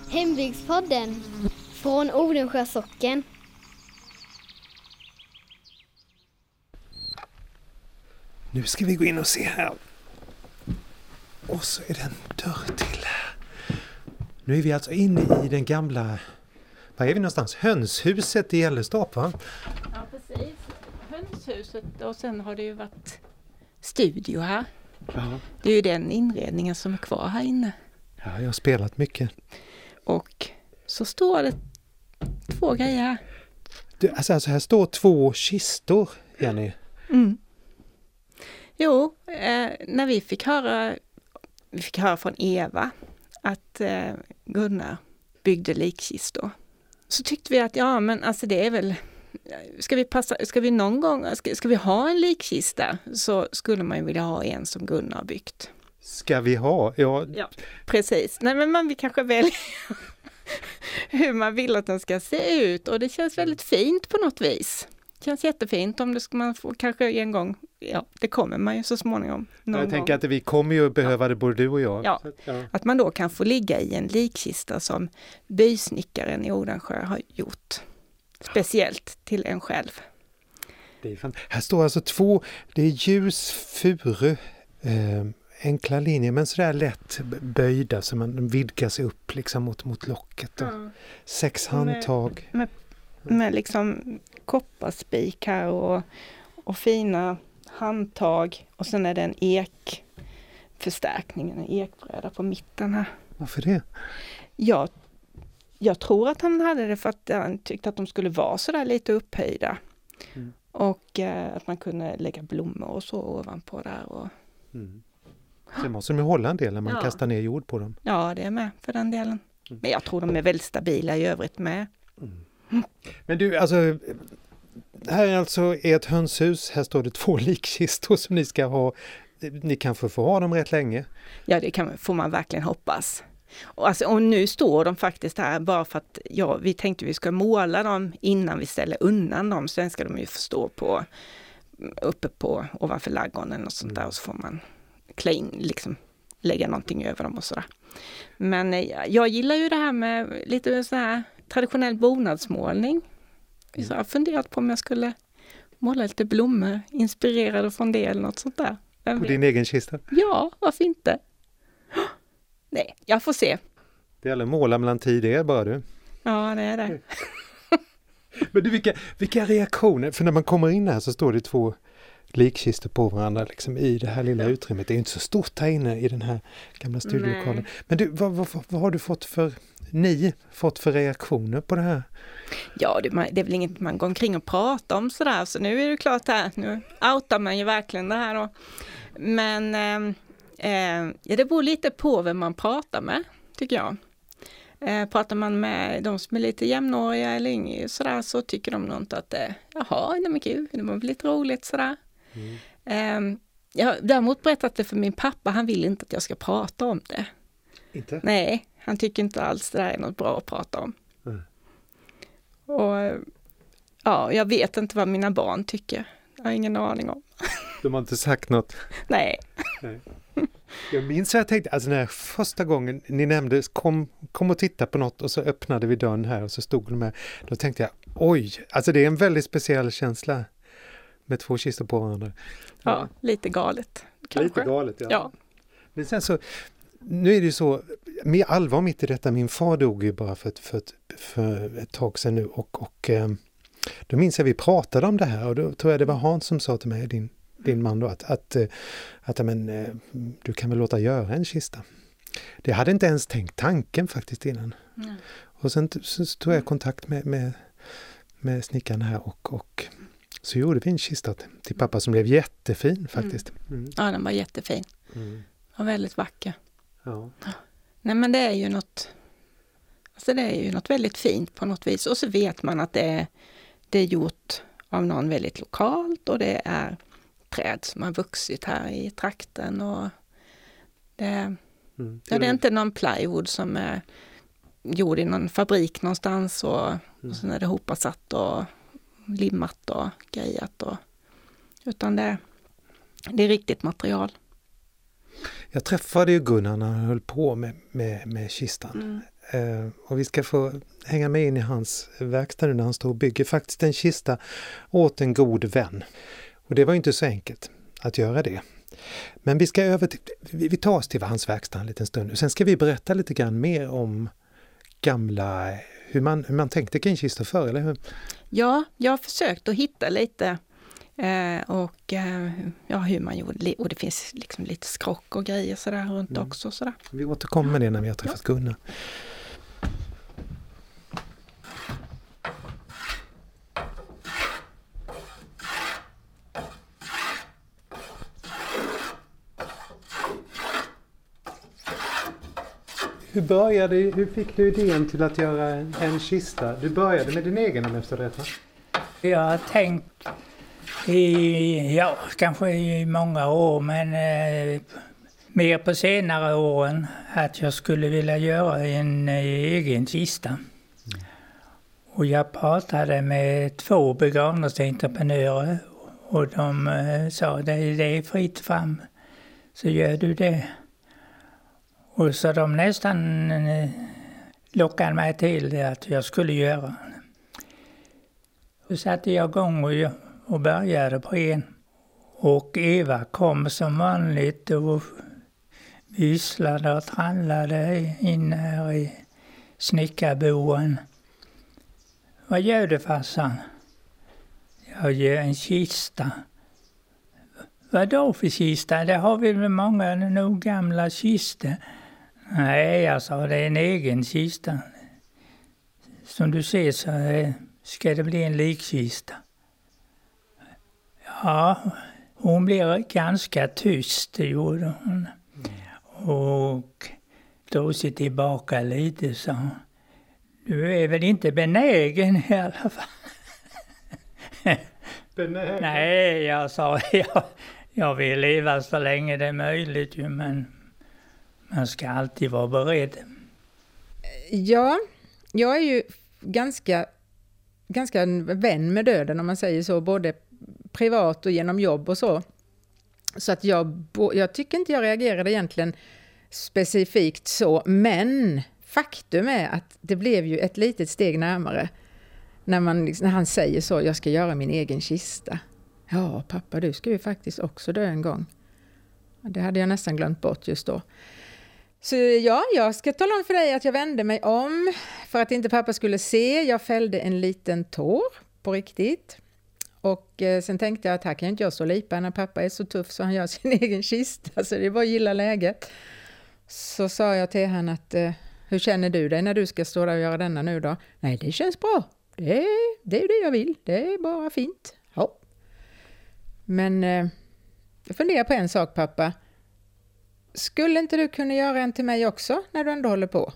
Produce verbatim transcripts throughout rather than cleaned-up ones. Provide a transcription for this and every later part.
Hembygdspodden från Odensjö socken. Nu ska vi gå in och se här. Och så är det en dörr till här. Nu är vi alltså inne i den gamla... Var är vi någonstans? Hönshuset i Gällestorp, va? Ja, precis. Hönshuset, och sen har det ju varit studio här. Ja. Det är ju den inredningen som är kvar här inne. Ja, jag har spelat mycket. Och så står det två grejer här. Du, alltså, alltså här står två kistor, Jenny. Mm. Jo, eh, när vi fick höra, vi fick höra från Eva att eh, Gunnar byggde likkistor. Så tyckte vi att ja, men alltså det är väl, ska vi passa, ska vi någon gång, ska, ska vi ha en likkista, så skulle man ju vilja ha en som Gunnar har byggt. Ska vi ha? Ja, Ja, precis. Nej, men man vill kanske välja hur man vill att den ska se ut, och det känns väldigt fint på något vis. Det känns jättefint om det ska man få kanske en gång, ja, det kommer man ju så småningom. jag gång. tänker att vi kommer ju behöva det, både du och jag. Ja. Så att, ja. Att man då kan få ligga i en likkista som bysnickaren i Odensjö har gjort. Speciellt till en själv. Det är fan... Här står alltså två, det är ljus furu, eh, enkla linjer men sådär lätt böjda så man vidgar sig upp liksom mot, mot locket. Och Mm. sex handtag. Med, med liksom kopparspik här och, och fina handtag. Och sen är det en ekförstärkning, en ekbräda på mitten här. Varför det? Jag, jag tror att han hade det för att han tyckte att de skulle vara sådär lite upphöjda. Mm. Och eh, att man kunde lägga blommor och så ovanpå där. Och... Mm. Sen måste de ju hålla en del när man Ja. kastar ner jord på dem. Ja, det är med för den delen. Men jag tror de är väldigt stabila i övrigt med. Mm. Men du, alltså, här är alltså ett hönshus. Här står det två likkistor som ni ska ha. Ni kanske får ha dem rätt länge. Ja, det kan, får man verkligen hoppas. Och, alltså, och nu står de faktiskt här bara för att ja, vi tänkte vi ska måla dem innan vi ställer undan dem. Sen ska de ju få stå på, uppe på ovanför ladugården och sånt där. Och så får man klä in, liksom, lägga någonting över dem och sådär. Men eh, jag gillar ju det här med lite så här traditionell bonadsmålning. Så jag har funderat på om jag skulle måla lite blommor inspirerade från det eller något sånt där. Vem På vet? din egen kista. Ja, varför inte? Nej, jag får se. Det gäller att måla mellan tid det är bara du. Ja, det är det. Men du, vilka, vilka reaktioner? För när man kommer in här så står det två likkistor på varandra liksom, i det här lilla utrymmet. Det är inte så stort här inne i den här gamla studiolokalen. Nej. Men du, vad, vad, vad har du fått för, ni fått för reaktioner på det här? Ja, det, det är väl inget man går omkring och pratar om sådär. Så nu är det klart här, nu outar man ju verkligen det här då. Men eh, eh, ja, det beror lite på vem man pratar med, tycker jag. Eh, pratar man med de som är lite jämnåriga eller yngre sådär, så tycker de nog inte att det, jaha, det är kul, det var lite roligt sådär. Mm. Eh, jag har däremot berättat det för min pappa, han vill inte att jag ska prata om det. Inte? Nej, han tycker inte alls det där är något bra att prata om. Mm. Och ja, jag vet inte vad mina barn tycker. Jag har ingen aning om. De har inte sagt något? Nej. Nej. Jag minns att jag tänkte, alltså när första gången ni nämnde kom, kom och titta på något och så öppnade vi dörren här och så stod de här. Då tänkte jag, oj, alltså det är en väldigt speciell känsla med två kistor på varandra. Ja, ja, lite galet. Kanske. Lite galet, ja. ja. Men sen så, nu är det ju så, med allvar mitt i detta, min far dog ju bara för ett, för ett, för ett tag sedan nu och, och då minns jag vi pratade om det här och då tror jag det var Hans som sa till mig, din din man då, att, att, att men, du kan väl låta göra en kista. Det hade inte ens tänkt tanken faktiskt innan. Mm. Och sen så tog jag kontakt med, med, med snickaren här och, och så gjorde vi en kista till, till pappa som blev jättefin faktiskt. Mm. Mm. Ja, den var jättefin. Mm. Och väldigt vacker. Ja. Nej, men det är ju något, alltså det är ju något väldigt fint på något vis. Och så vet man att det är, det är gjort av någon väldigt lokalt och det är träd som har vuxit här i trakten och det, mm. ja, det är inte någon plywood som är gjord i någon fabrik någonstans och, mm. och sen är det hoppasatt och limmat och grejat och, utan det, det är riktigt material. Jag träffade ju Gunnar när han höll på med, med, med kistan. Eh, och vi ska få hänga med in i hans verkstad när han står och bygger faktiskt en kista åt en god vän. Och det var ju inte så enkelt att göra det. Men vi ska över till, vi, vi tar oss till hans verkstad en liten stund. Sen ska vi berätta lite grann mer om gamla, hur man, hur man tänkte kring kistor förr, eller hur? Ja, jag har försökt att hitta lite eh, och eh, ja, hur man gjorde. Och det finns liksom lite skrock och grejer sådär runt mm. också. Sådär. Vi återkommer med det när vi har träffat ja. Gunnar. Hur började, hur fick du idén till att göra en, en kista? Du började med din egen, om jag förstår rätt, va? Jag har tänkt i, ja, kanske i många år, men eh, mer på senare åren att jag skulle vilja göra en eh, egen kista. Mm. Och jag pratade med två begravningsentreprenörer och de eh, sa det, det är fritt fram, så gör du det. Och så de nästan eh, lockade mig till det att jag skulle göra. Så satte jag igång och, och började på en. Och Eva kom som vanligt och visslade och trallade in här i snickarboen. Vad gör du, farsan? Jag gör en kista. Vad då för kista? Det har vi väl många nog gamla kistor. Nej, jag sa, det är en egen kista. Som du ser så ska det bli en likkista. Ja, hon blev ganska tyst, det gjorde hon. Och drog sig tillbaka lite, så du är väl inte benägen i alla fall. Benägen? Nej, jag sa, jag, jag vill leva så länge det är möjligt ju, men man ska alltid vara beredd. Ja, jag är ju ganska, ganska vän med döden, om man säger så, både privat och genom jobb och så. Så att jag, jag tycker inte jag reagerade egentligen specifikt så, men faktum är att det blev ju ett litet steg närmare när, man, när han säger så, jag ska göra min egen kista. Ja, pappa, du ska ju faktiskt också dö en gång. Det hade jag nästan glömt bort just då. Så ja, jag ska tala om för dig att jag vände mig om för att inte pappa skulle se. Jag fällde en liten tår på riktigt. Och eh, sen tänkte jag att här kan jag inte jag stå och lipa när pappa är så tuff så han gör sin egen kista. Så det är bara att gilla läget. Så sa jag till henne att eh, hur känner du dig när du ska stå där och göra denna nu då? Nej, det känns bra. Det är det, är det jag vill. Det är bara fint. Ja. Men eh, jag funderar på en sak, pappa. Skulle inte du kunna göra en till mig också när du ändå håller på?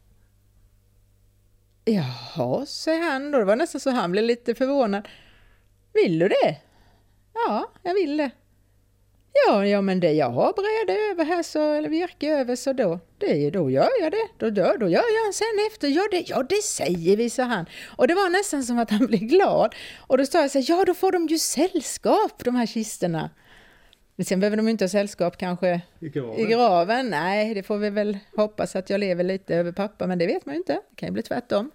Jaha, säger han då. Det var nästan så han blev lite förvånad. Vill du det? Ja, jag vill det. Ja, ja men det jag har bräde över här så, eller virke över så då, det, då gör jag det. Då, då, då gör jag en sen efter. Ja det, ja, det säger vi, sa han. Och det var nästan som att han blev glad. Och då sa jag så här, ja då får de ju sällskap, de här kisterna. Men sen behöver de inte ha sällskap kanske i graven. i graven. Nej, det får vi väl hoppas att jag lever lite över pappa. Men det vet man ju inte. Det kan ju bli tvärtom.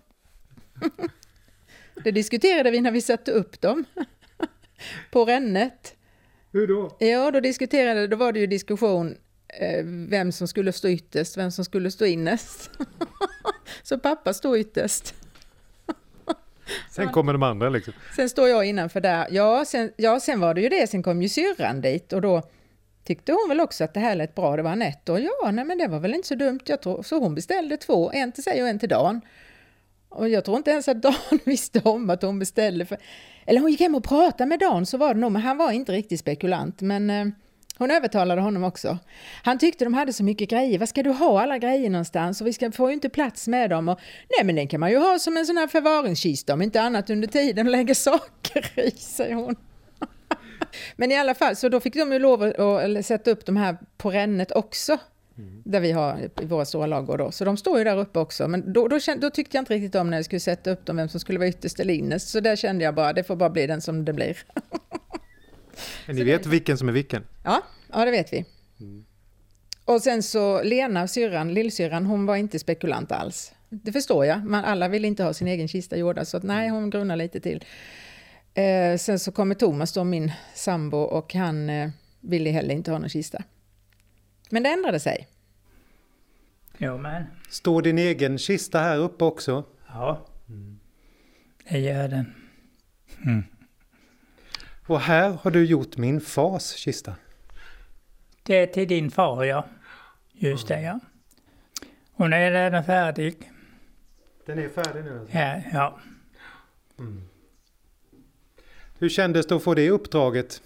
Det diskuterade vi när vi satte upp dem på rännet. Hur då? Ja, då diskuterade, då var det ju diskussion eh, vem som skulle stå ytterst, vem som skulle stå innerst. Så pappa stod ytterst. Sen kommer de andra liksom. Sen står jag innanför där. Ja sen, ja, sen var det ju det. Sen kom ju syrran dit och då tyckte hon väl också att det här lät bra. Det var Anette och ja, nej men det var väl inte så dumt. Jag tror, så hon beställde två, en till sig och en till Dan. Och jag tror inte ens att Dan visste om att hon beställde. För, eller hon gick hem och pratade med Dan, så var det nog. Men han var inte riktigt spekulant. Men eh, hon övertalade honom också. Han tyckte de hade så mycket grejer. Vad ska du ha alla grejer någonstans? Och vi ska få ju inte plats med dem. Och, nej men den kan man ju ha som en sån här förvaringskista. Om inte annat under tiden och lägga saker i, säger hon. Men i alla fall, så då fick de ju lov att, att sätta upp de här på rännet också. Mm. Där vi har i våra stora lager då. Så de står ju där uppe också. Men då, då, kände, då tyckte jag inte riktigt om när jag skulle sätta upp dem, vem som skulle vara ytterst eller innerst. Så där kände jag bara, det får bara bli den som det blir. Men ni vet vilken som är vilken? Ja, ja det vet vi. Mm. Och sen så Lena, syrran, lillsyrran, hon var inte spekulant alls. Det förstår jag, men alla vill inte ha sin egen kista gjord, så att nej, hon grunnar lite till. Eh, sen så kommer Thomas då, min sambo, och han eh, ville heller inte ha någon kista. Men det ändrade sig. Jo, men. Står din egen kista här uppe också? Ja, mm. det gör den. Mm. Och här har du gjort min fars kista. Det är till din far, ja. Just det, ja. Och nu är den färdig. Den är färdig nu alltså? Ja, ja. Mm. Hur kändes det att få det uppdraget?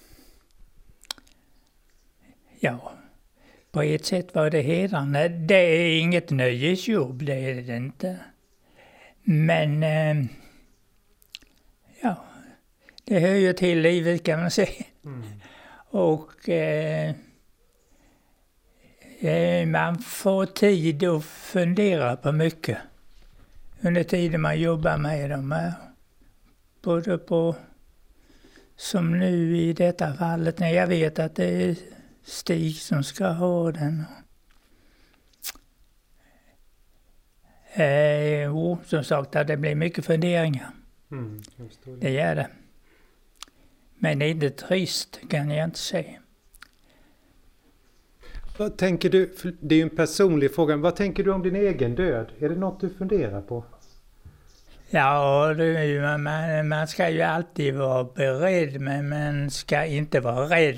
Ja, på ett sätt var det hedrande. Det är inget nöjesjobb, det är det inte. Men, eh, ja, det hör ju till livet kan man säga. Mm. Och eh, man får tid att fundera på mycket under tiden man jobbar med dem här. Både på, som nu i detta fallet, när jag vet att det är Stig som ska ha den. Eh, jo, som sagt att det blir mycket funderingar. Mm, det. det gör det. Men det är inte trist kan jag inte säga. Vad tänker du, det är ju en personlig fråga, vad tänker du om din egen död? Är det något du funderar på? Ja, det, man, man ska ju alltid vara beredd, men man ska inte vara rädd.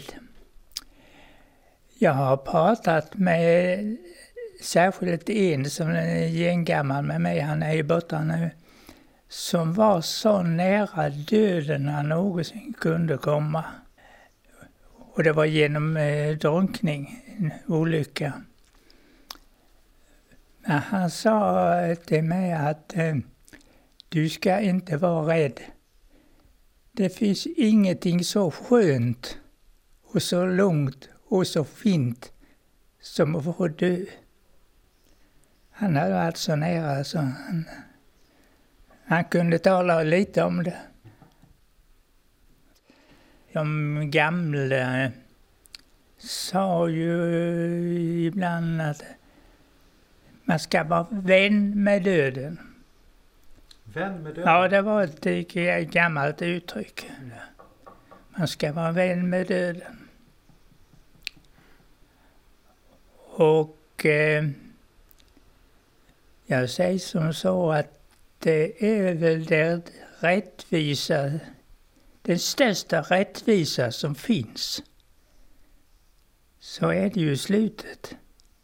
Jag har pratat med särskilt en som är gengammal med mig, han är i borta nu, som var så nära döden han någonsin kunde komma. Och det var genom eh, drunkning, en olycka. Men han sa till mig att eh, du ska inte vara rädd. Det finns ingenting så skönt och så långt och så fint som att få dö. Han hade varit så nära så han, han kunde tala lite om det. De gamla sa ju ibland att man ska vara vän med döden. Vän med döden? Ja, det var ett gammalt uttryck. Man ska vara vän med döden. Och eh, jag säger som så att det är väl det rättvisa, den största rättvisa som finns. Så är det ju i slutet.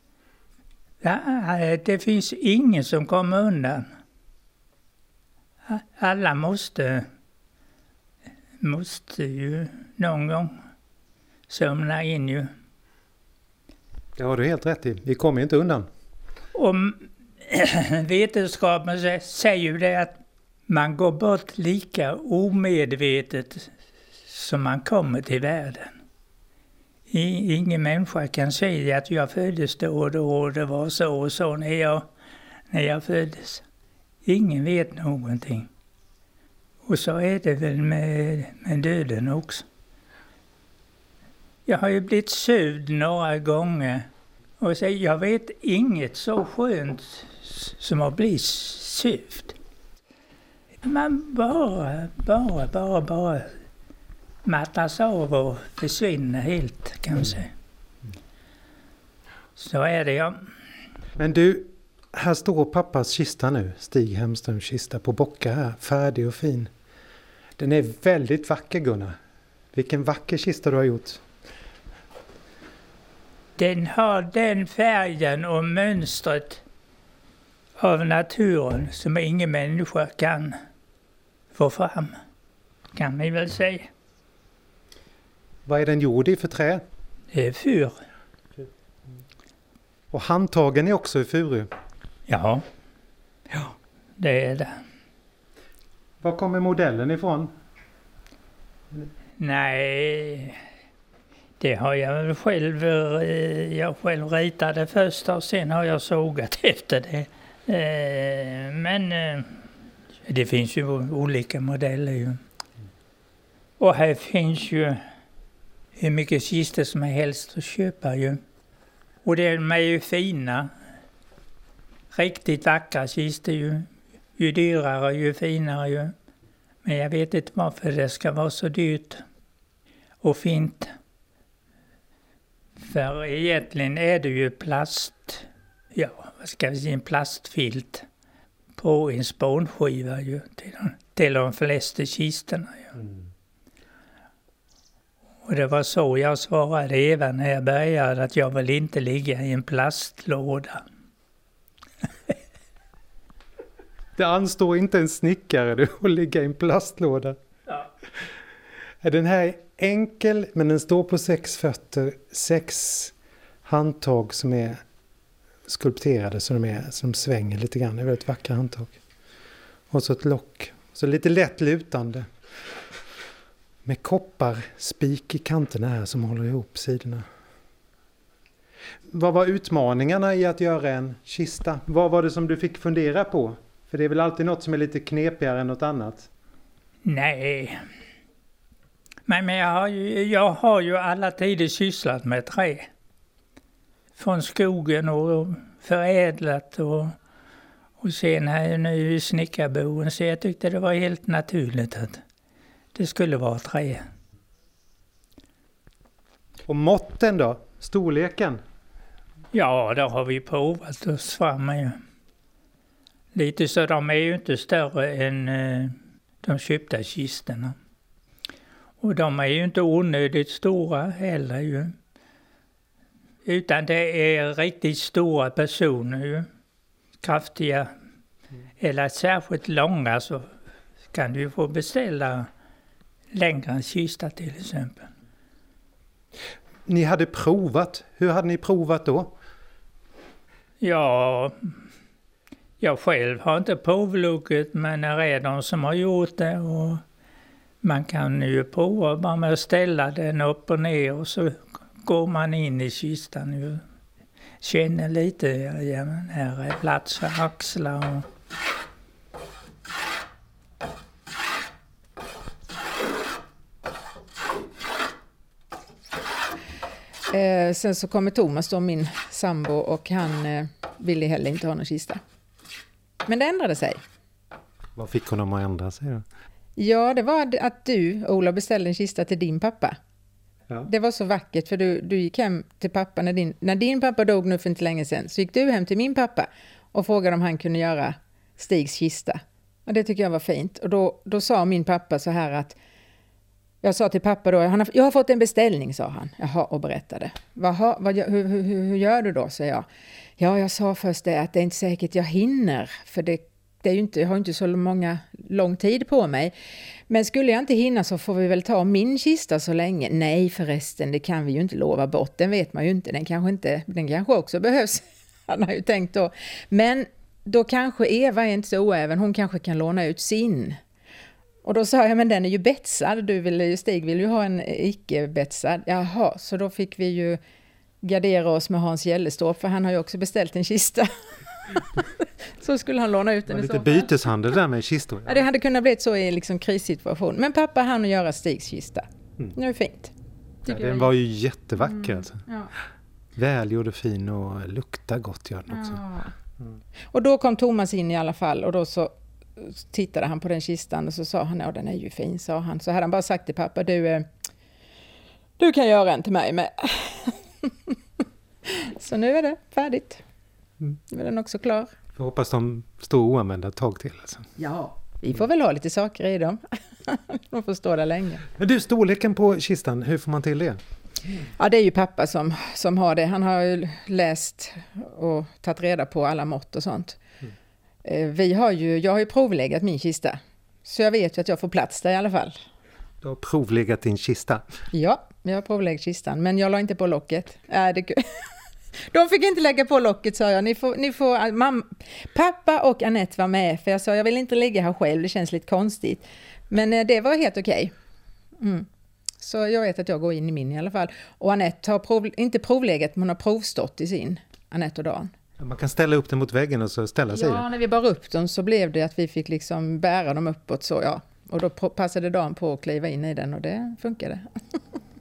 Det finns ingen som kommer undan. Alla måste, måste ju någon gång somna in ju. Det har du helt rätt i. Vi kommer inte undan. Om vetenskapen säger ju det att man går bort lika omedvetet som man kommer till världen. Ingen människa kan säga att jag föddes då och då och det var så och så när jag, när jag föddes. Ingen vet någonting. Och så är det väl med, med döden också. Jag har ju blivit sövd några gånger. Och så, jag vet inget så skönt som att bli sövd. Man bara, bara, bara, bara mattas av och försvinner helt kanske. Så är det, ja. Men du, här står pappas kista nu, Stig Hemströms kista på Bocka här, färdig och fin. Den är väldigt vacker, Gunnar. Vilken vacker kista du har gjort. Den har den färgen och mönstret av naturen som ingen människa kan få fram, kan vi väl säga. Vad är den gjord i för trä? Det är fur. Och handtagen är också i furu? Ja, ja, det är det. Var kommer modellen ifrån? Nej, det har jag väl själv, jag själv ritade först och sen har jag sågat efter det. Men det finns ju olika modeller ju. Och här finns ju hur mycket kistor som är helst att köpa ju. Och de är ju fina. Riktigt vackra kistor ju. Ju dyrare ju finare ju. Men jag vet inte varför det ska vara så dyrt och fint. För egentligen är det ju plast, ja vad ska vi säga, en plastfilt på en spånskiva ju till de, till de flesta kistorna ju. Mm. Och det var så jag svarade Eva när jag började, att jag vill inte ligga i en plastlåda. Det anstår inte en snickare du att ligga i en plastlåda. Ja. Den här är enkel, men den står på sex fötter, sex handtag som är skulpterade så de, är, så de svänger lite grann. Det är väldigt vackra handtag. Och så ett lock, så lite lätt lutande. Med kopparspik i kanterna här som håller ihop sidorna. Vad var utmaningarna i att göra en kista? Vad var det som du fick fundera på? För det är väl alltid något som är lite knepigare än något annat? Nej. Men, men jag, har ju, jag har ju alla tider sysslat med trä. Från skogen och förädlat och, och sen här nu i snickarboen. Så jag tyckte det var helt naturligt att det skulle vara trä. Och måtten då? Storleken? Ja, då har vi provat oss fram med. Lite så de är ju inte större än eh, de köpta kistorna. Och de är ju inte onödigt stora heller ju. Utan det är riktigt stora personer ju. Kraftiga. Mm. Eller särskilt långa så kan du få beställa längre kista till exempel. Ni hade provat. Hur hade ni provat då? Ja, jag själv har inte provlucket, men det är de som har gjort det. Och man kan ju prova bara med att ställa den upp och ner och så går man in i kistan. Ju. Känner lite, ja men här är plats för axlar och... Eh, sen så kommer Thomas då, min sambo, och han eh, ville heller inte ha någon kista. Men det ändrade sig. Vad fick honom att ändra sig då? Ja, det var att du, Ola, beställde en kista till din pappa. Ja. Det var så vackert för du, du gick hem till pappa när din, när din pappa dog nu för inte länge sedan. Så gick du hem till min pappa och frågade om han kunde göra Stigs kista. Och det tycker jag var fint. Och då, då sa min pappa så här att jag sa till pappa då, han har, jag har fått en beställning, sa han. Jaha, och berättade. Vaha, vad, hur, hur, hur gör du då, sa jag. Ja, jag sa först det att det är inte säkert jag hinner. För det, det är ju inte, jag har inte så många, lång tid på mig. Men skulle jag inte hinna så får vi väl ta min kista så länge. Nej förresten, det kan vi ju inte lova bort. Den vet man ju inte. Den kanske, inte, den kanske också behövs. Han har ju tänkt då. Men då kanske Eva är inte så oäven. Hon kanske kan låna ut sin. Och då sa jag, men den är ju betsad. Du vill, Stig vill ju ha en icke-betsad. Jaha, så då fick vi ju gardera oss med Hans Gällestorp. För han har ju också beställt en kista. Så skulle han låna ut den. Det var lite byteshandel där med kistor. Ja, det hade kunnat bli så i en liksom krissituation. Men pappa hann att göra Stigs kista. Mm. Nu är det fint. Ja, den var ju jättevacker. Mm. Alltså. Ja. Välgjord och fin och luktar gott gör den också. Ja. Mm. Och då kom Thomas in i alla fall och då så tittade han på den kistan och så sa han, ja den är ju fin, sa han. Så hade han bara sagt till pappa, du, du kan göra en till mig med. Så nu är det färdigt. Mm. Nu är den också klar. Jag hoppas de står oanvända ett tag till. Alltså. Ja, vi får väl ha lite saker i dem. De får stå där länge. Men du, storleken på kistan, hur får man till det? Ja, det är ju pappa som, som har det. Han har ju läst och tagit reda på alla mått och sånt. Mm. Vi har ju, jag har ju provläggat min kista. Så jag vet ju att jag får plats där i alla fall. Du har provläggat din kista? Ja, jag har provläggat kistan. Men jag la inte på locket. Äh, det... De fick inte lägga på locket, sa jag. Ni får, ni får, mamma, pappa och Annette var med. För jag sa, jag vill inte ligga här själv. Det känns lite konstigt. Men det var helt okej. Mm. Så jag vet att jag går in i min i alla fall. Och Annette har prov, inte provläggat, men hon har provstått i sin, Annette och Dan. Man kan ställa upp den mot väggen och så ställa sig. Ja, när vi bar upp dem så blev det att vi fick liksom bära dem uppåt. Så, ja. Och då passade Dan på att kliva in i den och det funkade.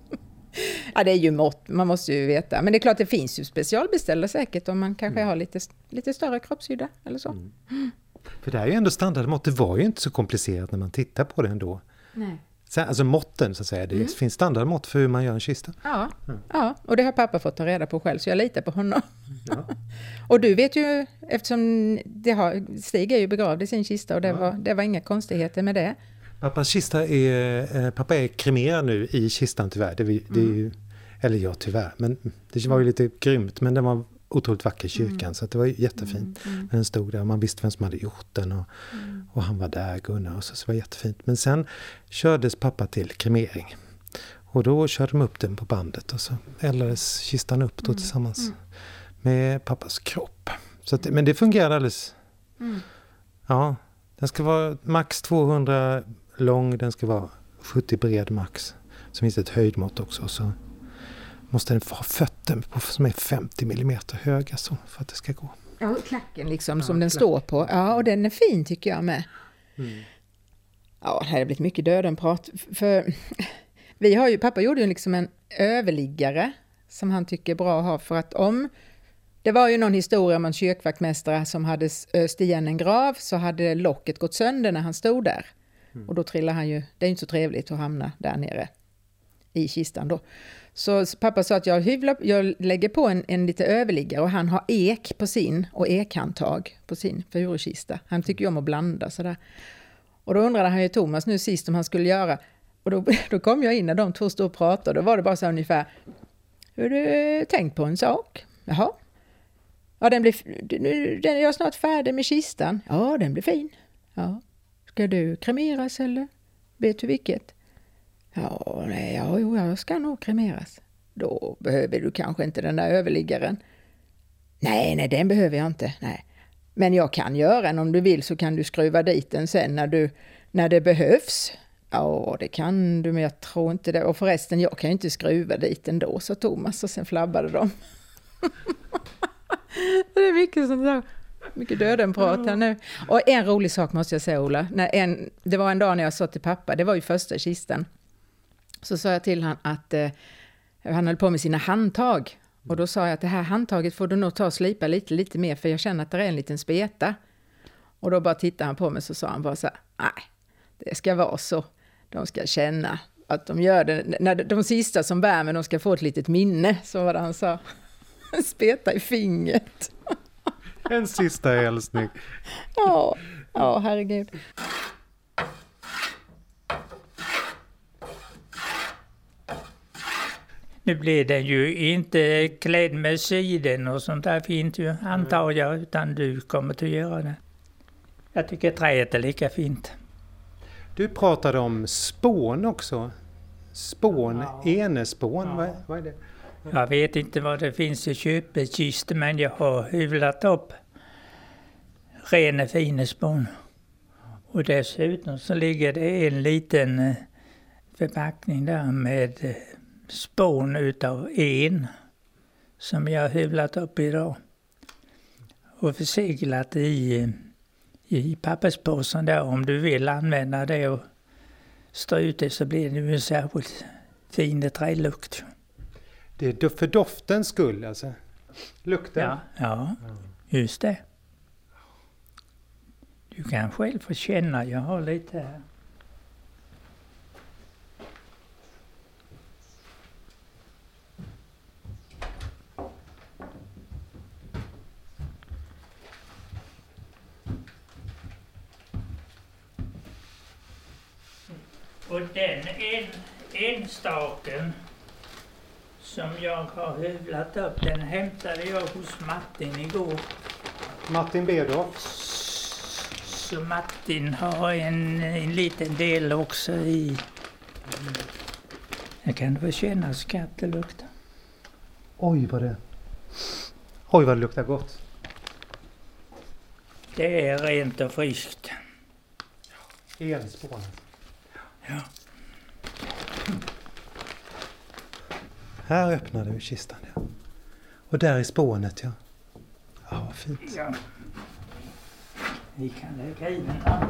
Ja, det är ju mått, man måste ju veta. Men det är klart, det finns ju specialbeställda säkert om man kanske mm. har lite, lite större kroppshydda eller så. Mm. Mm. För det är ju ändå standardmått, det var ju inte så komplicerat när man tittar på det ändå. Nej. Sen, alltså måtten så att säga, det mm. finns standardmått för hur man gör en kista. Ja, mm. ja, och det har pappa fått ta reda på själv, så jag litar på honom. Ja. Och du vet ju, eftersom det har, Stig är ju begravd i sin kista och det, ja. var, det var inga konstigheter med det. Pappas kista är, eh, pappa är kremerad nu i kistan tyvärr. Det, det, det är ju, eller ja, tyvärr. Men det var ju lite grymt, men den var otroligt vacker i kyrkan. Mm. Så att det var jättefint. Mm. Mm. Den stod där och man visste vem som hade gjort den. Och, mm. och han var där, Gunnar. Och så, så det var jättefint. Men sen kördes pappa till kremering. Och då körde de upp den på bandet. Och så eldades kistan upp då mm. tillsammans mm. med pappas kropp. Så att, men det fungerade alldeles... Mm. Ja, den ska vara max tvåhundra lång. Den ska vara sjuttio bred max. Så finns det ett höjdmått också. Så måste den ha fötter på, som är femtio millimeter höga så, för att det ska gå. Ja, klacken liksom ja, som den klack. står på. Ja, och den är fin tycker jag med. Mm. Ja, det här har blivit mycket dödenprat. För vi har ju, pappa gjorde ju liksom en överliggare som han tycker är bra att ha. För att om, det var ju någon historia om en kyrkvaktmästare som hade öst igen en grav, så hade locket gått sönder när han stod där. Mm. Och då trillade han ju, det är inte så trevligt att hamna där nere i kistan då. Så pappa sa att jag, hyvlar, jag lägger på en, en lite överliggare och han har ek på sin och ekhandtag på sin furukista. Han tycker ju om att blanda sådär. Och då undrade han ju Thomas nu sist om han skulle göra. Och då, då kom jag in när de två stod och pratade. Då var det bara så ungefär, hur du tänkt på en sak? Jaha. Ja, den blir, den, jag är snart färdig med kistan. Ja, den blir fin. Ja. Ska du kremeras eller? Vet du vilket? Ja, nej, ja, jo, jag ska nog kremeras. Då behöver du kanske inte den där överliggaren. Nej, nej, den behöver jag inte. Nej. Men jag kan göra en om du vill, så kan du skruva dit den sen när, du, när det behövs. Ja, det kan du, men jag tror inte det. Och förresten, jag kan ju inte skruva dit den då, sa Thomas, och sen flabbade de. Det är mycket sånt där. Mycket dödenprat här nu. Och en rolig sak måste jag säga, Ola. När en, det var en dag när jag sa till pappa, det var ju första kistan. Så sa jag till han att eh, han höll på med sina handtag. Och då sa jag att det här handtaget får du nog ta och slipa lite, lite mer, för jag känner att det är en liten speta. Och då bara tittade han på mig, så sa han bara så här, nej, det ska vara så. De ska känna att de gör det. När de sista som bär med, de ska få ett litet minne, så var det han sa. Speta i fingret. En sista hälsning. Ja, ja, herregud. Nu blir den ju inte klädd med siden och sånt där fint ju, antar jag, utan du kommer att göra det. Jag tycker träet är lika fint. Du pratade om spån också. Spån, ja. Enespån, ja. vad, vad är det? Jag vet inte vad det finns i köpekistor, men jag har hyvlat upp rena fina spån. Och dessutom så ligger det en liten förpackning där med spån utav en som jag har hyvlat upp idag. Och förseglat i, i papperspåsen där, om du vill använda det och strö ut det, så blir det ju en särskilt fin trälukt. Det är för doftens skull alltså? Lukten? Ja, ja, just det. Du kan själv få känna, jag har lite här. Och den en, enstaken som jag har hyvlat upp, den hämtade jag hos Martin igår. Martin Bedorf. Så Martin har en, en liten del också i. Jag kan få känna skattelukta. Oj vad det. Oj vad det luktar gott. Det är rent och friskt. Enspån. Ja. Här öppnade vi kistan, ja. Och där i spånet, ja. Ja, vad fint. Ja. Vi kan lägga i den här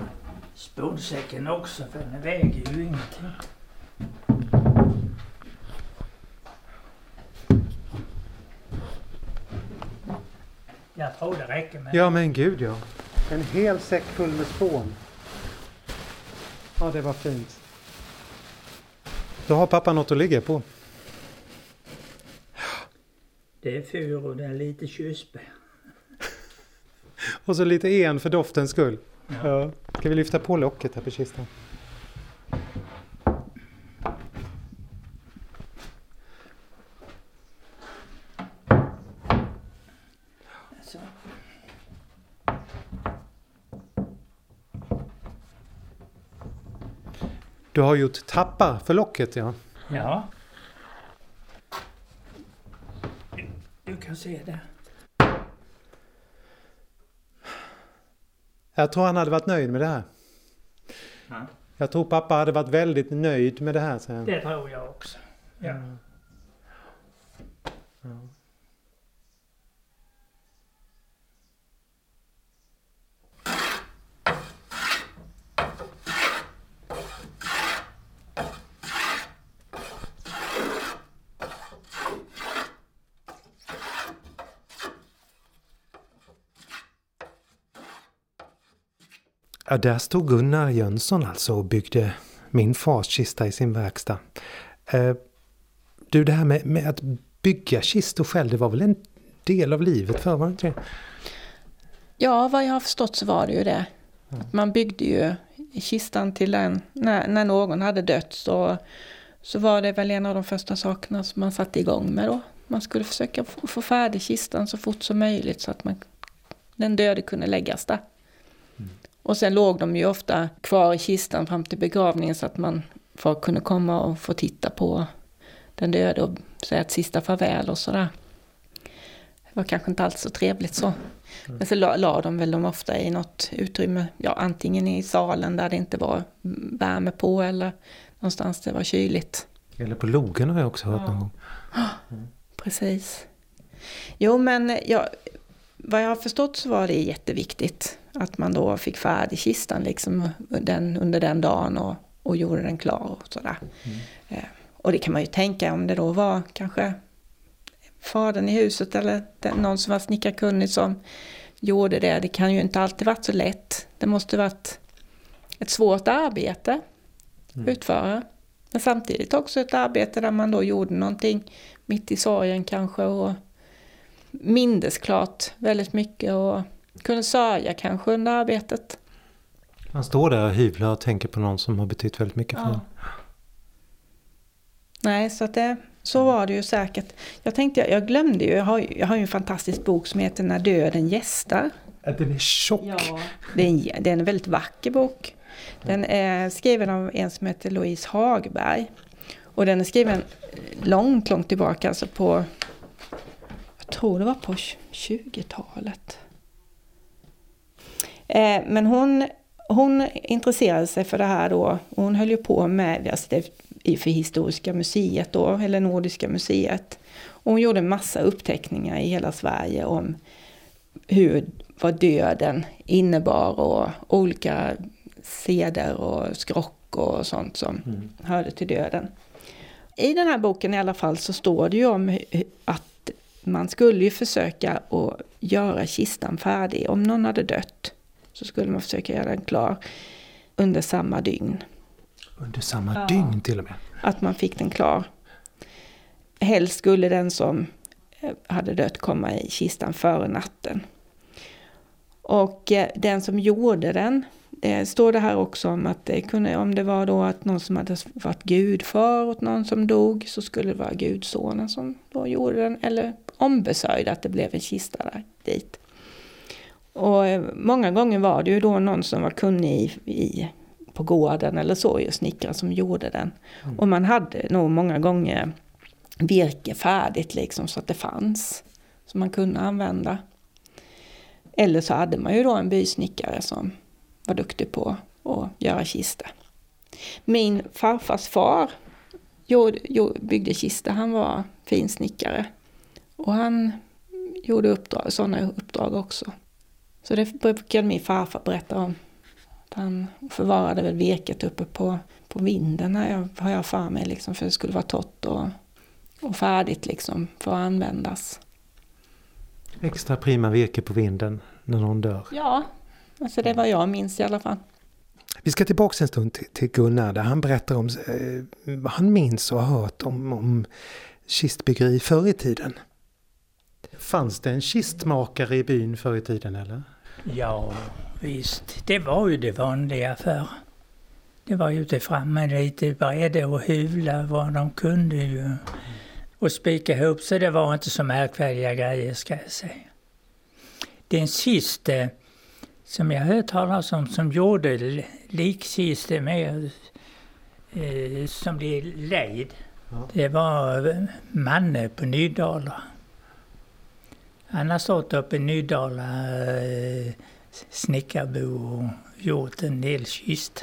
spånsäcken också, för den väger ju ingenting. Jag tror det räcker med. Ja men gud ja. En hel säck full med spån. Ja det var fint. Då har pappa något att ligga på. Det är fur och det är lite körsbär. Och så lite en för doftens skull. Ja. Ja. Ska vi lyfta på locket här på kistan? Så. Du har gjort tappar för locket, ja. Ja. Du, du kan se det. Jag tror han hade varit nöjd med det här. Ja. Jag tror pappa hade varit väldigt nöjd med det här. Så. Det tror jag också. Ja. Mm. Ja. Ja, där stod Gunnar Jönsson alltså och byggde min fars kista i sin verkstad. Eh, du, det här med, med att bygga kistor själv, det var väl en del av livet för, var det inte det? Ja, vad jag har förstått så var det ju det. Mm. Man byggde ju kistan till den, när, när någon hade dött så, så var det väl en av de första sakerna som man satte igång med då. Man skulle försöka få, få färdig kistan så fort som möjligt så att man, den döde kunde läggas där. Mm. Och sen låg de ju ofta kvar i kistan fram till begravningen så att man folk kunde komma och få titta på den döde och säga ett sista farväl och sådär. Det var kanske inte alls så trevligt så. Mm. Men så la, la de väl dem ofta i något utrymme, ja antingen i salen där det inte var värme på eller någonstans det var kyligt. Eller på logen har jag också hört ja. någon gång. Mm. Precis. Jo men ja, vad jag har förstått så var det jätteviktigt att man då fick färdig kistan liksom den, under den dagen och, och gjorde den klar och sådär. Mm. Eh, och det kan man ju tänka om det då var kanske fadern i huset eller den, någon som var snickarkunnig som gjorde det. Det kan ju inte alltid varit så lätt. Det måste varit ett svårt arbete mm. utföra. Men samtidigt också ett arbete där man då gjorde någonting mitt i sorgen kanske och mindes klart väldigt mycket och kunde sörja kanske under arbetet. Man står där och hyvlar och tänker på någon som har betytt väldigt mycket för ja. en. Nej, så att det, så var det ju säkert. Jag tänkte, jag glömde ju, jag har, jag har ju en fantastisk bok som heter När döden gästar. Ja, den är tjock. Ja. Det är en, det är en väldigt vacker bok. Den är skriven av en som heter Louise Hagberg. Och den är skriven långt, långt tillbaka, alltså på, jag tror det var på tjugotalet. Eh, men hon, hon intresserade sig för det här då. Hon höll ju på med, alltså det för Historiska museet då, eller Nordiska museet. Och hon gjorde en massa uppteckningar i hela Sverige om hur, vad döden innebar och olika seder och skrock och sånt som mm. hörde till döden. I den här boken i alla fall så står det ju om att man skulle ju försöka att göra kistan färdig. Om någon hade dött så skulle man försöka göra den klar under samma dygn. Under samma ja. dygn till och med? Att man fick den klar. Helst skulle den som hade dött komma i kistan före natten. Och den som gjorde den, det står det här också om att det kunde, om det var då att någon som hade varit gudfar åt någon som dog så skulle det vara gudsonen som då gjorde den eller ombesörjde att det blev en kista där dit. Och många gånger var det ju då någon som var kunnig i, i på gården eller så, ju snickare som gjorde den. Mm. Och man hade nog många gånger virke färdigt liksom så att det fanns som man kunde använda. Eller så hade man ju då en bysnickare som var duktig på att göra kista. Min farfars far gjorde, gjorde, byggde kista, han var finsnickare. Och han gjorde uppdrag, sådana uppdrag också. Så det brukade min farfar berätta om. Han förvarade väl virket uppe på, på vinden här jag, har jag för mig liksom, för det skulle vara torrt och, och färdigt liksom för att användas. Extra prima virke på vinden när någon dör. Ja, alltså det var jag minns i alla fall. Vi ska tillbaka en stund till, till Gunnar där han berättar om eh, vad han minns och har hört om, om kistbyggeri förr i tiden. Fanns det en kistmakare i byn förr i tiden eller? Ja, visst. Det var ju det vanliga för. Det var ju ute framme lite bräde och hyvla vad de kunde ju. Och spika ihop, så det var inte så märkvärdiga grejer ska jag säga. Den sista som jag hört talas om som gjorde likkistor med eh, som blev lejd. Ja. Det var Manne på Nydala. Han har stått upp i Nydala eh, snickarbo och gjort en del kist.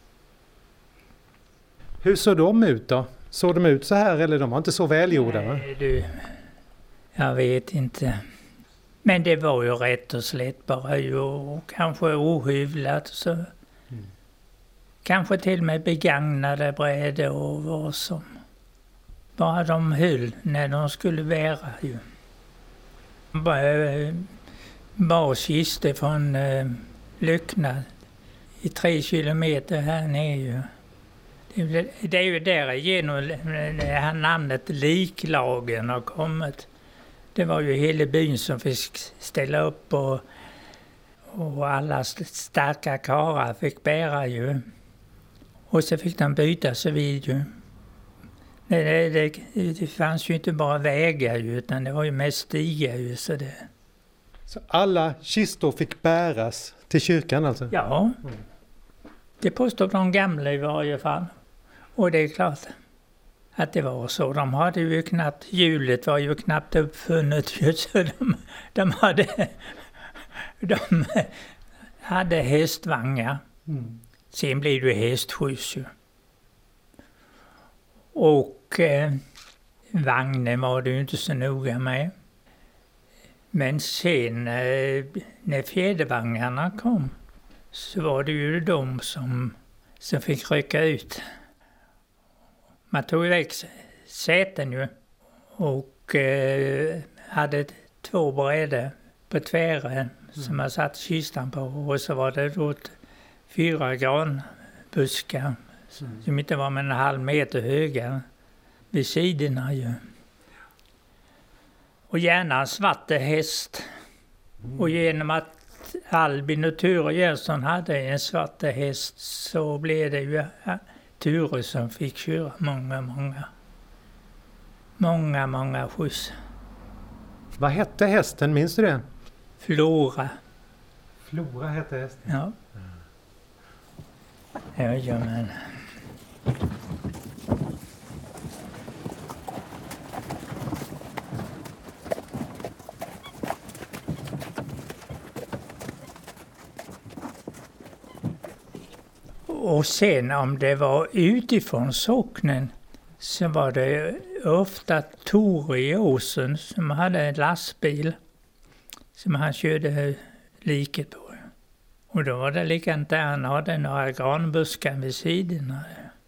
Hur såg de ut då? Såg de ut så här eller de var inte så välgjorda? Va? Nej, du, jag vet inte. Men det var ju rätt och slätt bara ju, och kanske ohyvlat. Så. Mm. Kanske till och med begagnade bräde och vad som. Bara de höll när de skulle bära ju. Bara, bara kister från eh, Lyckna i tre kilometer här nere ju. Det, det är ju där igenom det här namnet Liklagen har kommit. Det var ju hela byn som fick ställa upp och, och alla starka karlar fick bära ju. Och så fick de byta sig vid ju. Det, det, det, det fanns ju inte bara vägar ju, utan det var ju mest stigar ju. Så, det... så alla kistor fick bäras till kyrkan alltså? Ja, det påstod de gamla i varje fall. Och det är klart att det var så. De hade ju knappt, hjulet var ju knappt uppfunnet ju, så de, de hade de hade hästvagnar. Mm. Sen blev det hästskjuts ju. Och eh, vagnen var det ju inte så noga med. Men sen eh, när fjädervagnarna kom så var det ju de som, som fick rycka ut. Man tog iväg säten ju och eh, hade två brädor på tvären mm. som man satt kistan på, och så var det då fyra granbuskar mm. som inte var med en halv meter höga vid sidorna ju. Och gärna en svart häst. Mm. Och genom att Albin och Ture Jönsson hade en svart häst så blev det ju Ture som fick köra många, många, många, många skjuts. Vad hette hästen, minns du det? Flora. Flora hette hästen? Ja. Ja, ja men... Och sen om det var utifrån socknen så var det ofta Tore i Åsen som hade en lastbil som han körde liket på. Och då var det likadant där, han hade några granbuskar vid sidorna.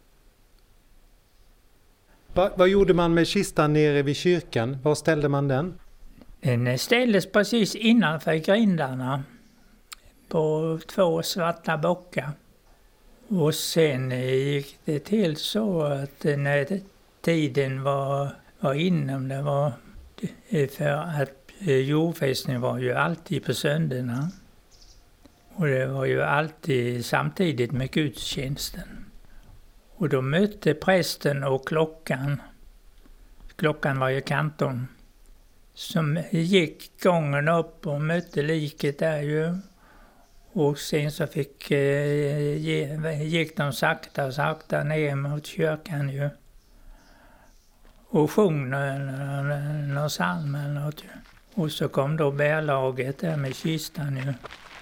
Va, vad gjorde man med kistan nere vid kyrkan? Var ställde man den? Den ställdes precis innanför grindarna på två svarta bockar. Och sen gick det till så att när tiden var, var inom det var för att jordfästningen var ju alltid på söndagarna. Och det var ju alltid samtidigt med gudstjänsten. Och då mötte prästen och klockan, klockan var ju kantorn, som gick gången upp och mötte liket där ju. Och sen så fick, eh, gick de sakta, sakta ner mot kyrkan ju. Och sjöng någon psalm eller något ju. Och så kom då bärlaget där med kistan ju.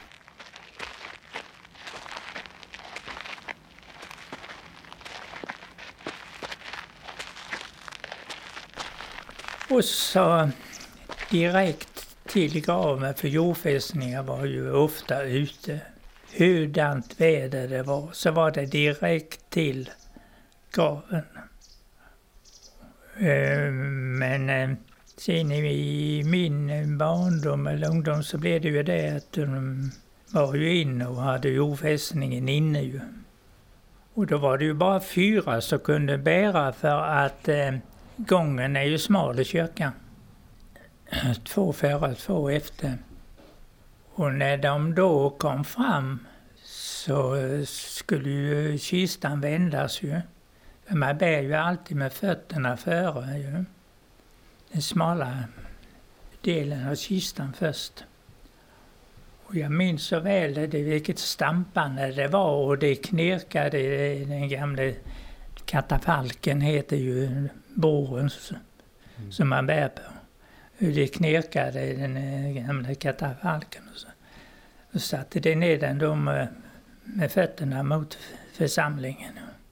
Och så direkt till graven, för jordfästningar var ju ofta ute. Hurdant väder det var, så var det direkt till graven. Men Sen i min barndom eller ungdom så blev det ju det att de var ju inne och hade jordfästningen inne ju. Och då var det ju bara fyra som kunde bära för att eh, gången är ju smal i kyrkan. Två före, två efter. Och när de då kom fram så skulle ju kistan vändas ju. För man bär ju alltid med fötterna före ju. Den smala delen av kistan först. Och jag minns så väl det, vilket stampande det var och det knirkade, den gamla katafalken heter ju boren mm. som man bär på. Det knirkade den gamla katafalken och så. Och satte det ner den då med, med fötterna mot församlingen.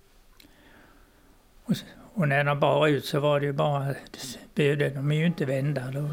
Och, och när de bar ut så var det ju bara, behövde de ju inte vända då.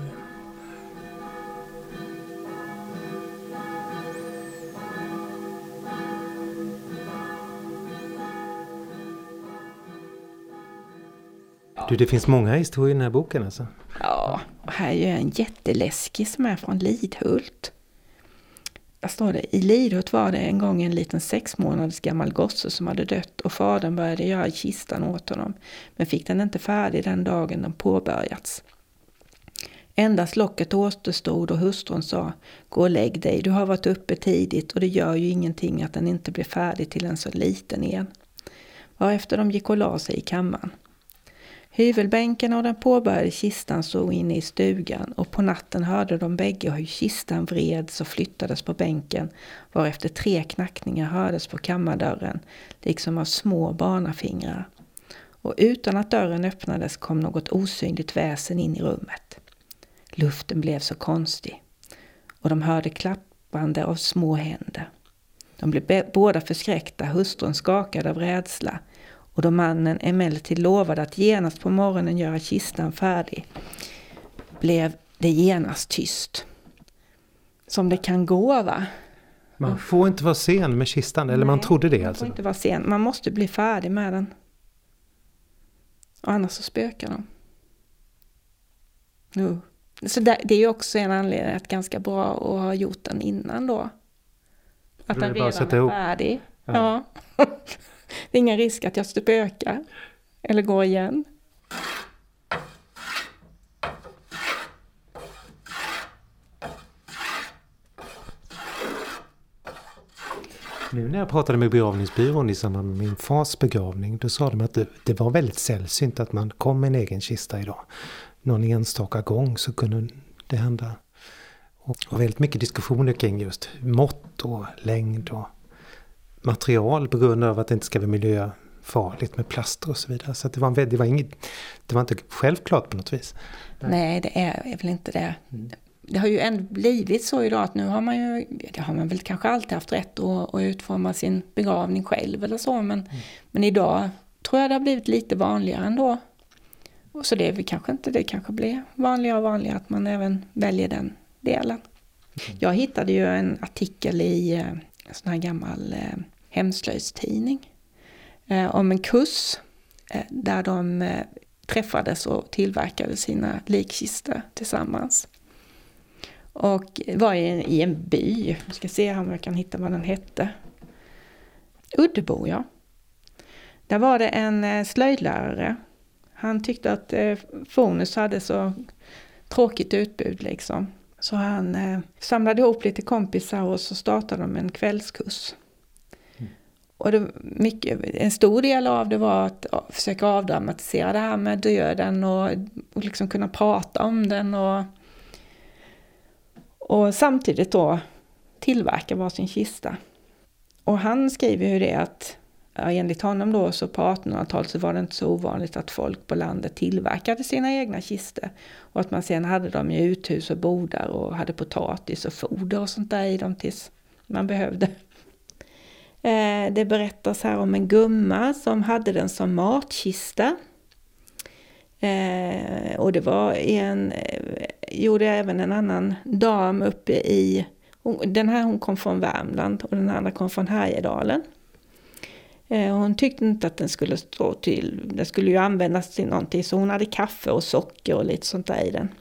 Du, det finns många historier i den här boken alltså. Ja, och här är ju en jätteläskig som är från Lidhult. Där står det, i Lidhult var det en gång en liten sex månaders gammal gosse som hade dött och fadern började göra kistan åt honom. Men fick den inte färdig den dagen den påbörjats. Endast locket återstod och hustrun sa, gå och lägg dig, du har varit uppe tidigt och det gör ju ingenting att den inte blir färdig till en så liten igen. Varefter de gick och la sig i kammaren. Hyvelbänken och den påbörjade kistan stod inne i stugan och på natten hörde de bägge hur kistan vreds och flyttades på bänken varefter tre knackningar hördes på kammardörren liksom av små barnafingrar. Och utan att dörren öppnades kom något osynligt väsen in i rummet. Luften blev så konstig och de hörde klappande av små händer. De blev båda förskräckta, hustrun skakade av rädsla. Och då mannen emellertid lovade att genast på morgonen göra kistan färdig blev det genast tyst. Som det kan gå, va? Man får inte vara sen med kistan, eller Nej, man trodde det man alltså? Man får inte vara sen, man måste bli färdig med den. Och annars så spökar de. Uh. Så det, det är ju också en anledning att ganska bra att ha gjort den innan då. Att den redan är färdig. Ja. ja. Det är ingen risk att jag spökar eller går igen. Nu när jag pratade med begravningsbyrån i samband med min fars begravning, då sa de att det, det var väldigt sällsynt att man kom med en egen kista idag. Någon enstaka gång så kunde det hända. Och, och väldigt mycket diskussioner kring just mått och längd och material på grund av att det inte ska vara miljöfarligt med plaster och så vidare. Så att det var, en, det var inget, det var inte självklart på något vis. Nej, det är, är väl inte det. Mm. Det har ju ändå blivit så idag att nu har man ju, det har man väl kanske alltid haft rätt att, att utforma sin begravning själv eller så. Men, mm. men idag tror jag det har blivit lite vanligare ändå. Och så det är väl kanske inte, det kanske blir vanligare och vanligare att man även väljer den delen. Mm. Jag hittade ju en artikel i en sån här gammal eh, hemslöjdstidning eh, om en kurs eh, där de eh, träffades och tillverkade sina likkistor tillsammans. Och var i en, i en by, jag ska se om jag kan hitta vad den hette. Uddebo, ja. Där var det en eh, slöjdlärare. Han tyckte att eh, Fonus hade så tråkigt utbud liksom. Så han eh, samlade ihop lite kompisar och så startade de en kvällskurs. Mm. Och det, mycket, en stor del av det var att ja, försöka avdramatisera det här med döden och, och liksom kunna prata om den. Och, och samtidigt då tillverka varsin kista. Och han skriver hur det är att ja, enligt honom då så på artonhundratalet så var det inte så ovanligt att folk på landet tillverkade sina egna kistor. Och att man sen hade dem i uthus och bodar och hade potatis och foder och sånt där i dem tills man behövde. Eh, det berättas här om en gumma som hade den som matkista. Eh, och det var en, eh, gjorde även en annan dam uppe i, hon, den här hon kom från Värmland och den andra kom från Härjedalen. Hon tyckte inte att den skulle stå till, den skulle ju användas till någonting, så hon hade kaffe och socker och lite sånt där i den.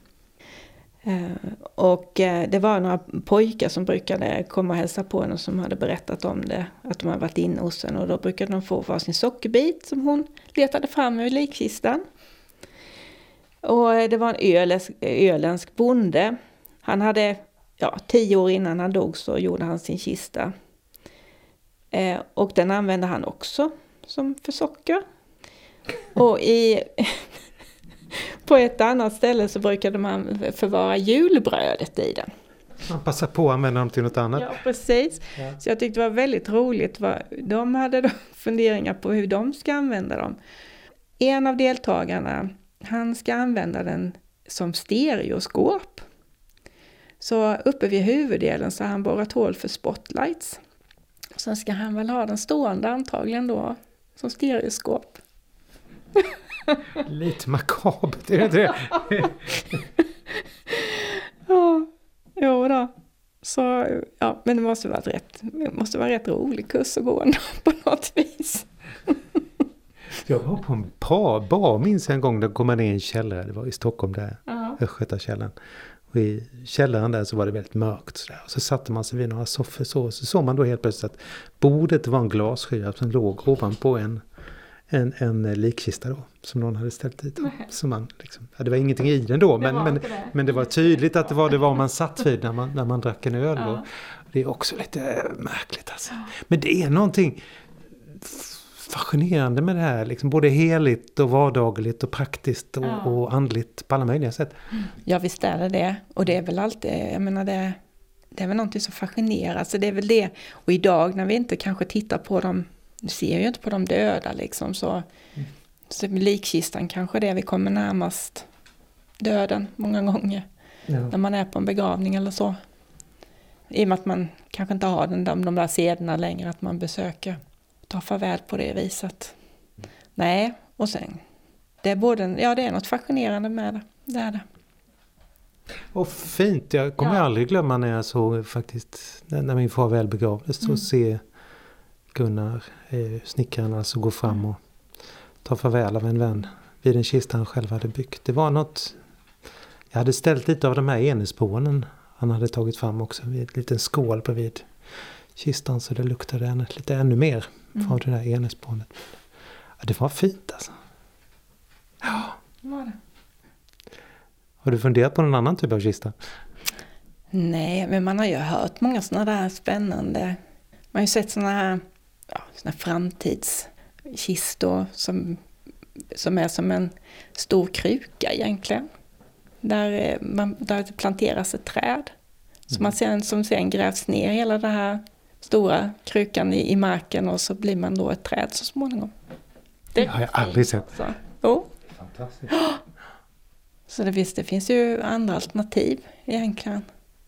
Och det var några pojkar som brukade komma och hälsa på henne som hade berättat om det, att de hade varit inne hos henne, och då brukade de få varsin sockerbit som hon letade fram ur likkistan. Och det var en öländsk, öländsk bonde. Han hade, ja, tio år innan han dog så gjorde han sin kista. Eh, och den använde han också som för socker. Och i, på ett annat ställe så brukade man förvara julbrödet i den. Man passar på att använda dem till något annat. Ja, precis. Ja. Så jag tyckte det var väldigt roligt. Vad, de hade då funderingar på hur de ska använda dem. En av deltagarna, han ska använda den som stereoskop. Så uppe vid huvuddelen så har han borrat hål för spotlights. Sen ska han väl ha den stående antagligen då som stereoskop. Lite makabert, är det inte det? Ja, jo då. Så, ja, men det måste vara rätt, det måste vara rätt rolig kurs att gå på något vis. Jag var på en bar, bar minns jag en gång, där kom man ner i en källare, det var i Stockholm där, uh-huh. Östgötakällan. Och i källaren där så var det väldigt mörkt. Så, och så satte man sig vid några soffor så, och så såg man då helt plötsligt att bordet var en glasskya som låg ovanpå en, en, en likkista då, som någon hade ställt dit. Så man liksom, ja, det var ingenting i den då, men det, men, det. men det var tydligt att det var det var man satt vid när man, när man drack en öl. Ja. Det är också lite märkligt alltså. Ja. Men det är någonting fascinerande med det här, liksom både heligt och vardagligt och praktiskt och, ja. och andligt på alla möjliga sätt. Ja, visst är det det. Och det är väl alltid, jag menar det, det är väl någonting som fascinerar. Så det är väl det. Och idag när vi inte kanske tittar på dem, vi ser ju inte på de döda liksom, så, mm. så likkistan kanske det vi kommer närmast döden många gånger. Ja. När man är på en begravning eller så. I och med att man kanske inte har den, de, de där sederna längre att man besöker. Ta farväl på det viset. Nej, och sen det är både, ja, det är något fascinerande med det. Det är det. Och fint, jag kommer ja. aldrig glömma när jag såg faktiskt, när min far väl begravdes, så mm. se Gunnar, eh, snickaren, alltså gå fram och ta farväl av en vän vid en kista han själv hade byggt. Det var något, jag hade ställt lite av de här enespånen han hade tagit fram också vid en liten skål bredvid kistan, så det luktade ännu, lite ännu mer mm. av det där enespånet. Ja, det var fint alltså. Ja. Det var det. Har du funderat på någon annan typ av kista? Nej, men man har ju hört många sådana där spännande. Man har ju sett sådana här, ja, såna framtidskistor som, som är som en stor kruka egentligen. Där, man, där det planteras ett träd. Så mm. man sen, som sen grävs ner hela det här stora krukan i, i marken, och så blir man då ett träd så småningom. Det har jag aldrig sett. Så. Oh. Fantastiskt. Så det, visst, det finns ju andra alternativ egentligen.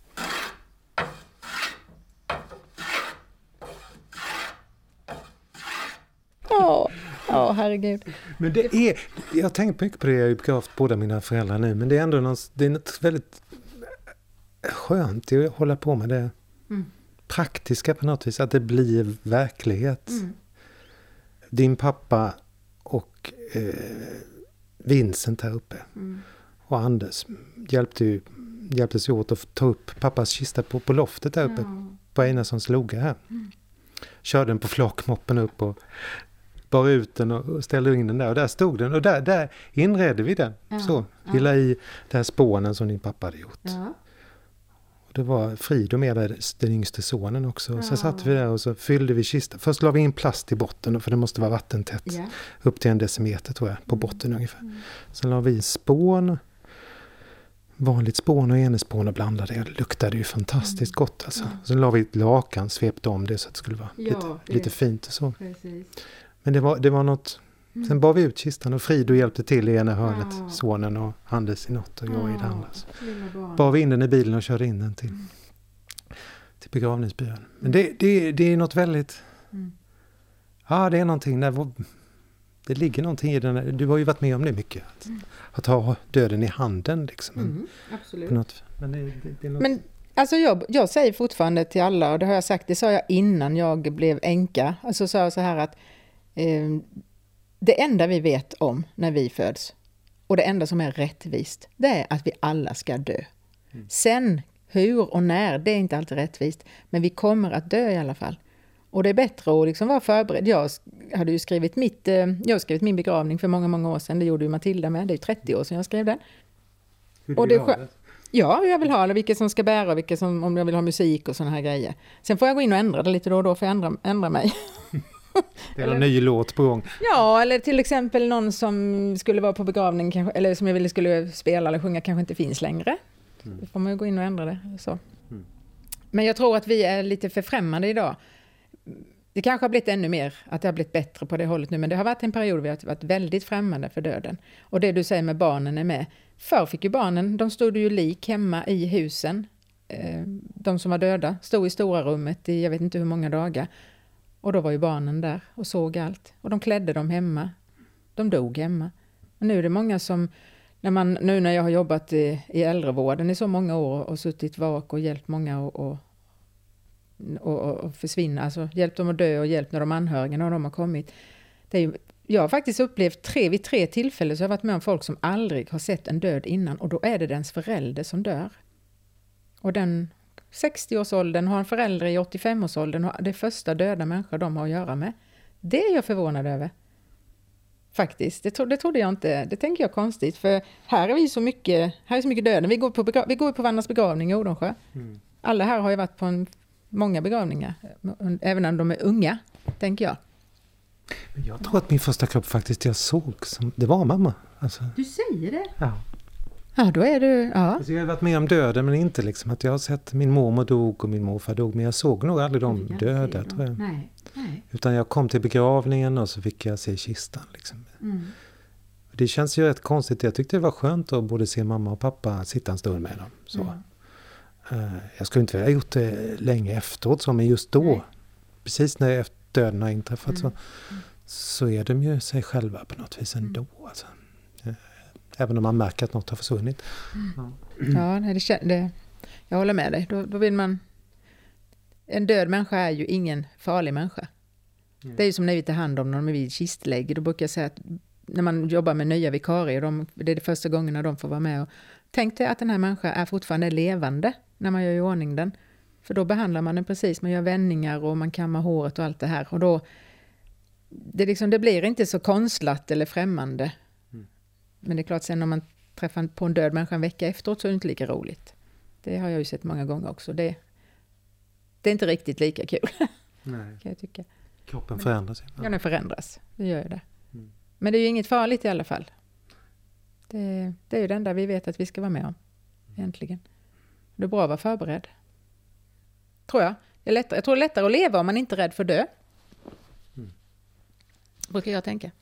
Ja, oh, oh, herregud. Men det är, jag har tänkt mycket på det, jag har ju begravt båda mina föräldrar nu, men det är ändå något, det är något väldigt skönt att hålla på med det mm. praktiska på något vis, att det blir verklighet. Mm. Din pappa och eh, Vincent här uppe mm. och Anders hjälpte ju, hjälptes ju åt att ta upp pappas kista på, på loftet där uppe mm. på Einarssons loga här. Mm. Körde den på flakmoppen upp och bar ut den och ställde in den där, och där stod den, och där, där inredde vi den. Ja. Så, vi la i den här spånen som din pappa hade gjort. Ja. Och det var Frido med där, den yngste sonen också. Ja. Så satt vi där och så fyllde vi kistan. Först la vi in plast i botten, för det måste vara vattentätt. Ja. Upp till en decimeter tror jag, på botten mm. ungefär. Mm. Sen la vi spån, vanligt spån och enespån och blandade. Det luktade ju fantastiskt mm. gott alltså. Mm. Sen la vi ett lakan, svepte om det så att det skulle vara ja, lite, lite fint och så. Precis. Men det var, det var något. Mm. Sen bar vi ut kistan och Frido hjälpte till i ena hörnet. Ja. Sonen och Anders i något och jag ja. i det andra. Bar vi in den i bilen och körde in den till, mm. till begravningsbyrån. Men det, det, det är något väldigt... Mm. Ja, det är någonting. Där, det ligger någonting i den. Du har ju varit med om det mycket. Att, mm. att ha döden i handen liksom. Mm, absolut. Något, men det, det, det är något... Men alltså jag, jag säger fortfarande till alla, och det har jag sagt, det sa jag innan jag blev änka. Alltså sa jag så här att Eh, det enda vi vet om när vi föds, och det enda som är rättvist, det är att vi alla ska dö. Mm. Sen hur och när, det är inte alltid rättvist. Men vi kommer att dö i alla fall. Och det är bättre att liksom vara förberedd. Jag hade ju skrivit, mitt, jag har skrivit min begravning för många, många år sedan. Det gjorde ju Matilda med. Det är trettio år sedan jag skrev den. Hur och du det ha det? Ja, hur jag vill ha det. Vilka som ska bära, vilka som, om jag vill ha musik och såna här grejer. Sen får jag gå in och ändra det lite då och då för jag ändra, ändra mig. Det är en ny låt på gång. Ja, eller till exempel någon som skulle vara på begravning kanske, eller som jag ville skulle spela eller sjunga kanske inte finns längre. Mm. Då får man ju gå in och ändra det. Så. Mm. Men jag tror att vi är lite för främmande idag. Det kanske har blivit ännu mer, att det har blivit bättre på det hållet nu. Men det har varit en period vi har varit väldigt främmande för döden. Och det du säger med barnen är med. Förr fick ju barnen, de stod ju lik hemma i husen. De som var döda stod i stora rummet i jag vet inte hur många dagar. Och då var ju barnen där och såg allt. Och de klädde dem hemma. De dog hemma. Och nu är det många som, när man, nu när jag har jobbat i, i äldrevården i så många år och suttit vak och hjälpt många och, och, och, och försvinna. Alltså hjälpt dem att dö och hjälpt när de anhöriga när de har kommit. Det är ju, jag har faktiskt upplevt tre vid tre tillfällen så jag har varit med om folk som aldrig har sett en död innan. Och då är det dens förälder som dör. Och den sextio-årsåldern har en förälder i åttiofem-årsåldern och det första döda människor de har att göra med. Det är jag förvånad över. Faktiskt, det, tro, det trodde jag inte. Det tänker jag konstigt, för här är vi så mycket, här är så mycket döden. Vi går på, begrav, vi går på Vannas begravning i Odensjö. Mm. Alla här har ju varit på en, många begravningar, även om de är unga, tänker jag. Jag tror att min första kropp faktiskt jag såg, som, det var mamma. Alltså. Du säger det? Ja. Ja, då är du, ja. Alltså jag har varit med om döden, men inte liksom att jag har sett min mormor dog och min morfar dog. Men jag såg nog aldrig dem döda, tror jag. Nej, nej. Utan jag kom till begravningen och så fick jag se kistan. Liksom. Mm. Det känns ju rätt konstigt. Jag tyckte det var skönt att både se mamma och pappa sitta en stund med dem. Så. Mm. Uh, jag skulle inte vilja ha gjort det länge efteråt, så, men just då, nej. Precis när döden har inträffat, mm. så, så är de ju sig själva på något vis ändå. Alltså. Även om man märker att något har försvunnit. Mm. Ja, det, det, jag håller med dig. Då, då vill man... En död människa är ju ingen farlig människa. Mm. Det är ju som när vi tar hand om någon vid kistlägg. Då brukar jag säga att när man jobbar med nya vikarier, de, det är det första gången när de får vara med. Och, tänk dig att den här människan är fortfarande levande när man gör i ordning den. För då behandlar man den precis. Man gör vändningar och man kammar håret och allt det här. Och då... Det, liksom, det blir inte så konstlat eller främmande. Men det är klart, sen om man träffar på en död människa en vecka efteråt så är det inte lika roligt. Det har jag ju sett många gånger också. Det, det är inte riktigt lika kul. Nej. Kan jag tycka. Kroppen förändras. Ja, den förändras. Det gör ju det. Mm. Men det är ju inget farligt i alla fall. Det, det är ju det enda vi vet att vi ska vara med om. Egentligen. Det är bra att vara förberedd. Tror jag. Det är lättare, jag tror det är lättare att leva om man inte är rädd för dö. Mm. Brukar jag tänka.